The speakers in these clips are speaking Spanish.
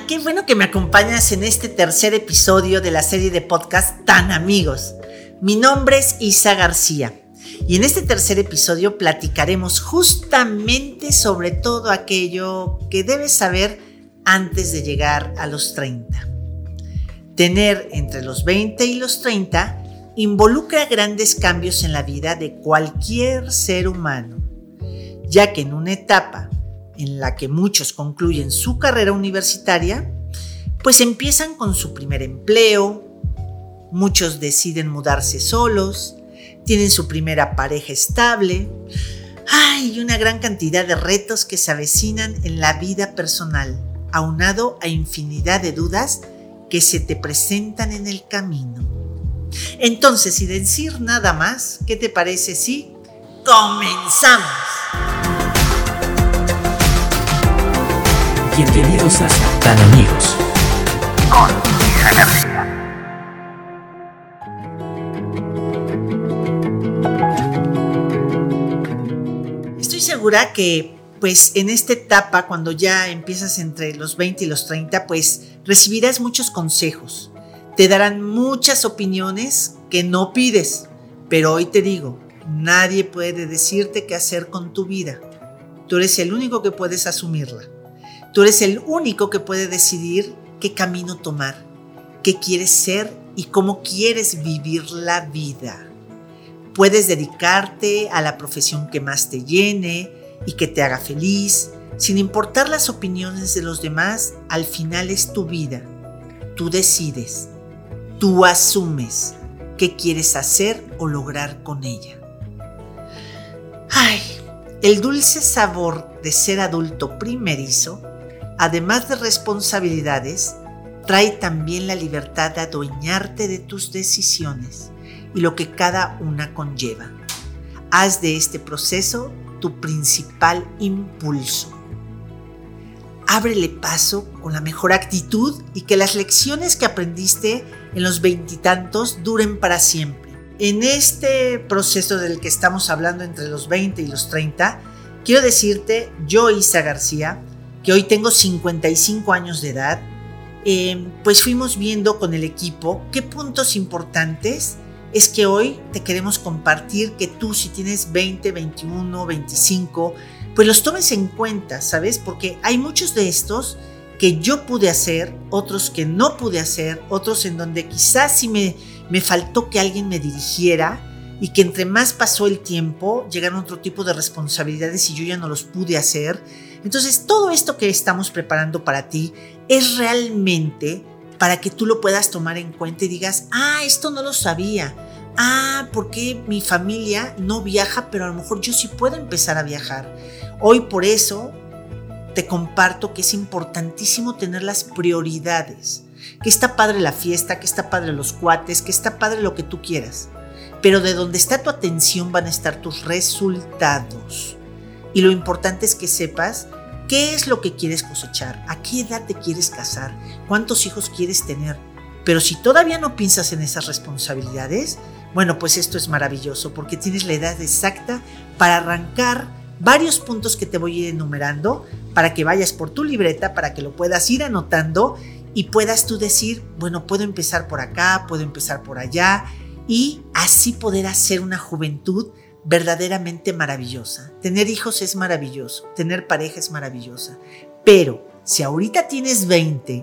qué bueno que me acompañas en este tercer episodio de la serie de podcast Tan Amigos. Mi nombre es Isa García y en este tercer episodio platicaremos justamente sobre todo aquello que debes saber antes de llegar a los 30. Tener entre los 20 y los 30 involucra grandes cambios en la vida de cualquier ser humano, ya que en una etapa en la que muchos concluyen su carrera universitaria, pues empiezan con su primer empleo, muchos deciden mudarse solos, tienen su primera pareja estable, y una gran cantidad de retos que se avecinan en la vida personal, aunado a infinidad de dudas que se te presentan en el camino. Entonces, sin decir nada más, ¿qué te parece si comenzamos? Bienvenidos a Tan Amigos con Isa García. Estoy segura que pues en esta etapa, cuando ya empiezas entre los 20 y los 30, pues recibirás muchos consejos. Te darán muchas opiniones que no pides, pero hoy te digo, nadie puede decirte qué hacer con tu vida. Tú eres el único que puedes asumirla. Tú eres el único que puede decidir qué camino tomar, qué quieres ser y cómo quieres vivir la vida. Puedes dedicarte a la profesión que más te llene y que te haga feliz, sin importar las opiniones de los demás. Al final es tu vida. Tú decides, tú asumes qué quieres hacer o lograr con ella. El dulce sabor de ser adulto primerizo, además de responsabilidades, trae también la libertad de adueñarte de tus decisiones y lo que cada una conlleva. Haz de este proceso tu principal impulso. Ábrele paso con la mejor actitud y que las lecciones que aprendiste en los veintitantos duren para siempre. En este proceso del que estamos hablando entre los 20 y los 30, quiero decirte, yo, Isa García, que hoy tengo 55 años de edad, pues fuimos viendo con el equipo qué puntos importantes es que hoy te queremos compartir, que tú si tienes 20, 21, 25, pues los tomes en cuenta, ¿sabes? Porque hay muchos de estos que yo pude hacer, otros que no pude hacer, otros en donde quizás sí me faltó que alguien me dirigiera y que entre más pasó el tiempo llegaron otro tipo de responsabilidades y yo ya no los pude hacer. Entonces todo esto que estamos preparando para ti es realmente para que tú lo puedas tomar en cuenta y digas, esto no lo sabía, ¿por qué mi familia no viaja, pero a lo mejor yo sí puedo empezar a viajar? Hoy por eso te comparto que es importantísimo tener las prioridades, que está padre la fiesta, que está padre los cuates, que está padre lo que tú quieras, pero de donde está tu atención van a estar tus resultados. Y lo importante es que sepas qué es lo que quieres cosechar, a qué edad te quieres casar, cuántos hijos quieres tener. Pero si todavía no piensas en esas responsabilidades, bueno, pues esto es maravilloso porque tienes la edad exacta para arrancar varios puntos que te voy a ir enumerando para que vayas por tu libreta, para que lo puedas ir anotando y puedas tú decir, bueno, puedo empezar por acá, puedo empezar por allá y así poder hacer una juventud verdaderamente maravillosa. Tener hijos es maravilloso, tener pareja es maravillosa, pero si ahorita tienes 20,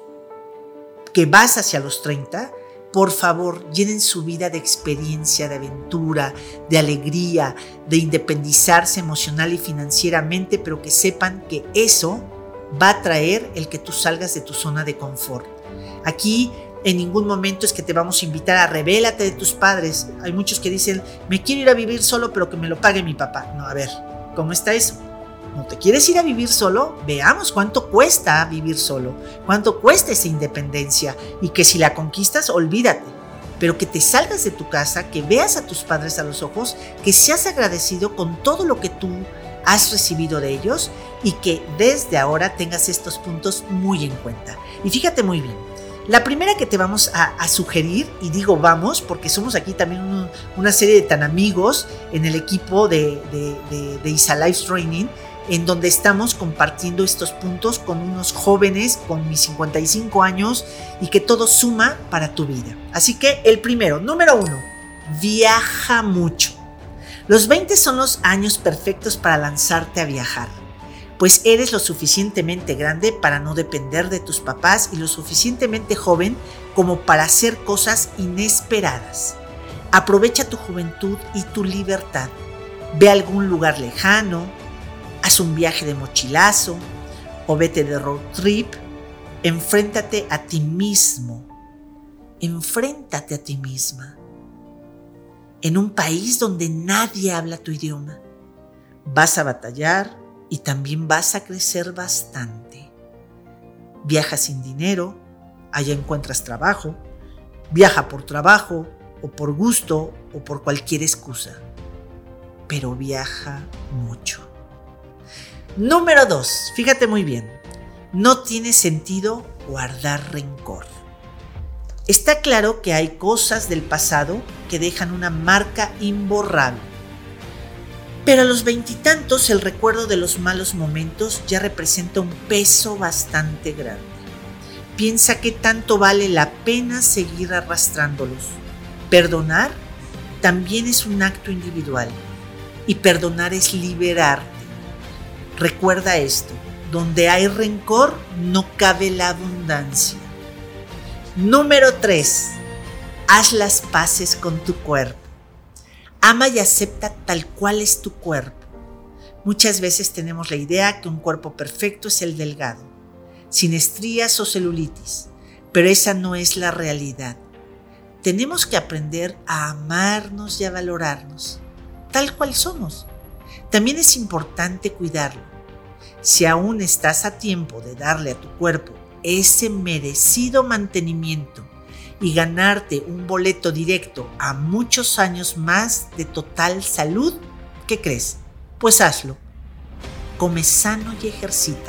que vas hacia los 30, por favor, llenen su vida de experiencia, de aventura, de alegría, de independizarse emocional y financieramente, pero que sepan que eso va a traer el que tú salgas de tu zona de confort. Aquí en ningún momento es que te vamos a invitar a rebélate de tus padres. Hay muchos que dicen, me quiero ir a vivir solo, pero que me lo pague mi papá. No, a ver, ¿cómo está eso? ¿No te quieres ir a vivir solo? Veamos cuánto cuesta vivir solo, cuánto cuesta esa independencia y que si la conquistas, olvídate. Pero que te salgas de tu casa, que veas a tus padres a los ojos, que seas agradecido con todo lo que tú has recibido de ellos y que desde ahora tengas estos puntos muy en cuenta. Y fíjate muy bien, la primera que te vamos a sugerir, y digo vamos porque somos aquí también una serie de tan amigos en el equipo de Isa Life Training, en donde estamos compartiendo estos puntos con unos jóvenes con mis 55 años y que todo suma para tu vida. Así que el primero, número 1, viaja mucho. Los 20 son los años perfectos para lanzarte a viajar, pues eres lo suficientemente grande para no depender de tus papás y lo suficientemente joven como para hacer cosas inesperadas. Aprovecha tu juventud y tu libertad. Ve a algún lugar lejano, haz un viaje de mochilazo o vete de road trip. Enfréntate a ti mismo. Enfréntate a ti misma. En un país donde nadie habla tu idioma. Vas a batallar y también vas a crecer bastante. Viaja sin dinero, allá encuentras trabajo. Viaja por trabajo o por gusto o por cualquier excusa. Pero viaja mucho. Número 2, fíjate muy bien. No tiene sentido guardar rencor. Está claro que hay cosas del pasado que dejan una marca imborrable. Pero a los 20 y tantos el recuerdo de los malos momentos ya representa un peso bastante grande. Piensa qué tanto vale la pena seguir arrastrándolos. Perdonar también es un acto individual y perdonar es liberarte. Recuerda esto, donde hay rencor no cabe la abundancia. Número 3, haz las paces con tu cuerpo. Ama y acepta tal cual es tu cuerpo. Muchas veces tenemos la idea que un cuerpo perfecto es el delgado, sin estrías o celulitis, pero esa no es la realidad. Tenemos que aprender a amarnos y a valorarnos, tal cual somos. También es importante cuidarlo. Si aún estás a tiempo de darle a tu cuerpo ese merecido mantenimiento y ganarte un boleto directo a muchos años más de total salud, ¿qué crees? Pues hazlo. Come sano y ejercítate.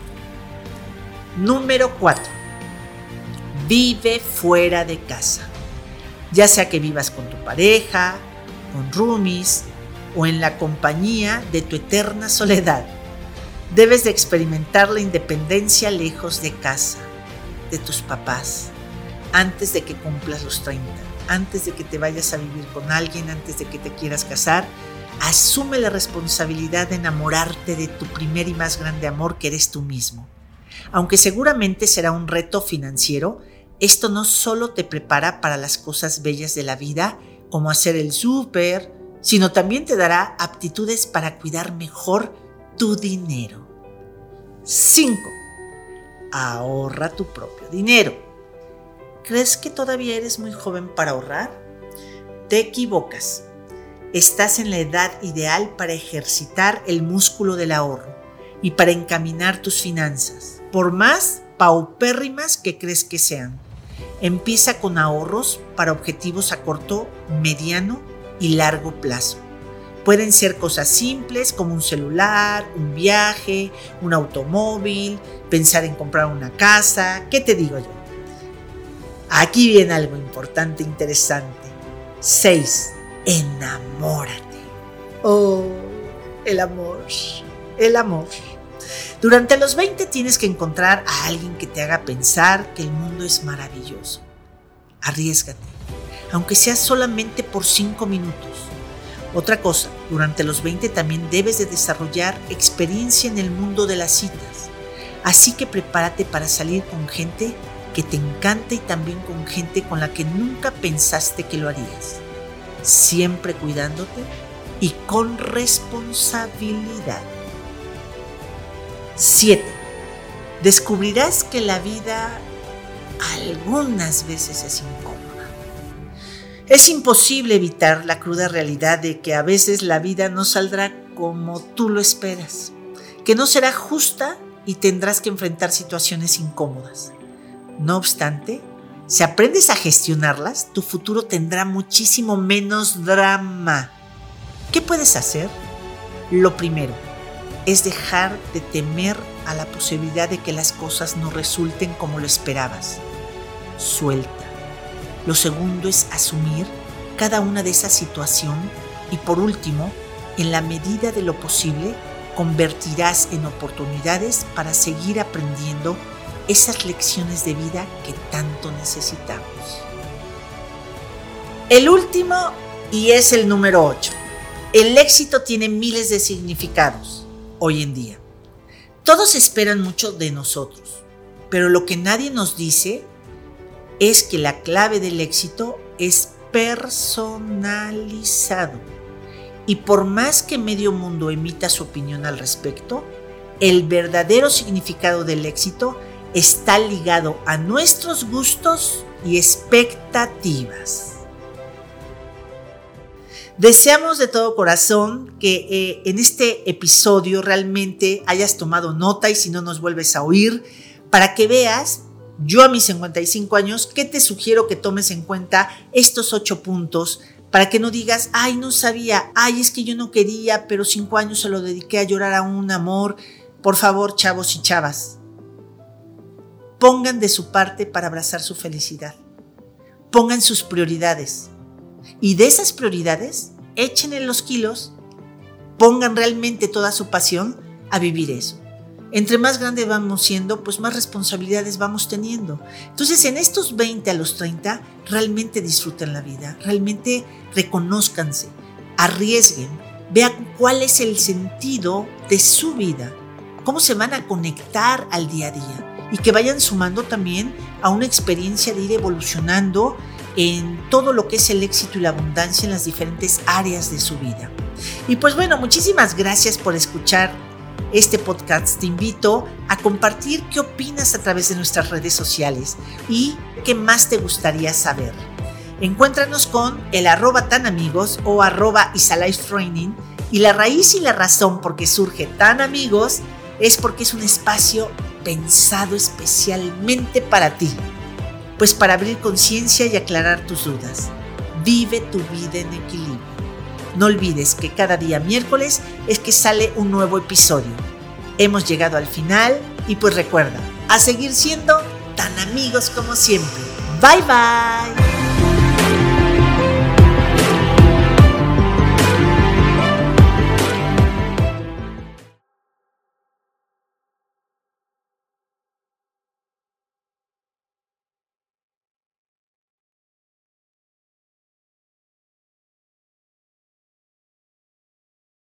Número 4. Vive fuera de casa. Ya sea que vivas con tu pareja, con roomies o en la compañía de tu eterna soledad. Debes de experimentar la independencia lejos de casa, de tus papás, antes de que cumplas los 30, antes de que te vayas a vivir con alguien, antes de que te quieras casar. Asume la responsabilidad de enamorarte de tu primer y más grande amor, que eres tú mismo. Aunque seguramente será un reto financiero, esto no solo te prepara para las cosas bellas de la vida, como hacer el súper, sino también te dará aptitudes para cuidar mejor tu dinero. 5. Ahorra tu propio dinero. ¿Crees que todavía eres muy joven para ahorrar? Te equivocas. Estás en la edad ideal para ejercitar el músculo del ahorro y para encaminar tus finanzas, por más paupérrimas que crees que sean. Empieza con ahorros para objetivos a corto, mediano y largo plazo. Pueden ser cosas simples como un celular, un viaje, un automóvil, pensar en comprar una casa. ¿Qué te digo yo? Aquí viene algo importante, interesante. 6. Enamórate. Oh, el amor, el amor. Durante los 20 tienes que encontrar a alguien que te haga pensar que el mundo es maravilloso. Arriésgate, aunque sea solamente por 5 minutos. Otra cosa, durante los 20 también debes de desarrollar experiencia en el mundo de las citas. Así que prepárate para salir con gente que te encanta y también con gente con la que nunca pensaste que lo harías. Siempre cuidándote y con responsabilidad. 7. Descubrirás que la vida algunas veces es incómoda. Es imposible evitar la cruda realidad de que a veces la vida no saldrá como tú lo esperas, que no será justa y tendrás que enfrentar situaciones incómodas. No obstante, si aprendes a gestionarlas, tu futuro tendrá muchísimo menos drama. ¿Qué puedes hacer? Lo primero es dejar de temer a la posibilidad de que las cosas no resulten como lo esperabas. Suelta. Lo segundo es asumir cada una de esas situaciones y por último, en la medida de lo posible, convertirás en oportunidades para seguir aprendiendo esas lecciones de vida que tanto necesitamos. El último, y es el número 8. El éxito tiene miles de significados hoy en día. Todos esperan mucho de nosotros, pero lo que nadie nos dice es que la clave del éxito es personalizado. Y por más que medio mundo emita su opinión al respecto, el verdadero significado del éxito está ligado a nuestros gustos y expectativas. Deseamos de todo corazón que en este episodio realmente hayas tomado nota, y si no nos vuelves a oír, para que veas, yo a mis 55 años, ¿qué te sugiero que tomes en cuenta estos 8 puntos? Para que no digas, ay, no sabía, ay, es que yo no quería, pero 5 años se lo dediqué a llorar a un amor. Por favor, chavos y chavas, pongan de su parte para abrazar su felicidad. Pongan sus prioridades. Y de esas prioridades, échenle los kilos, pongan realmente toda su pasión a vivir eso. Entre más grande vamos siendo, pues más responsabilidades vamos teniendo. Entonces, en estos 20 a los 30, realmente disfruten la vida, realmente reconózcanse, arriesguen, vean cuál es el sentido de su vida, cómo se van a conectar al día a día, y que vayan sumando también a una experiencia de ir evolucionando en todo lo que es el éxito y la abundancia en las diferentes áreas de su vida. Y pues bueno, muchísimas gracias por escuchar este podcast. Te invito a compartir qué opinas a través de nuestras redes sociales y qué más te gustaría saber. Encuéntranos con el @tanamigos o @isalifetraining, y la raíz y la razón por qué surge Tan Amigos es porque es un espacio pensado especialmente para ti, pues para abrir conciencia y aclarar tus dudas. Vive tu vida en equilibrio. No olvides que cada día miércoles es que sale un nuevo episodio. Hemos llegado al final y pues recuerda, a seguir siendo tan amigos como siempre. Bye bye.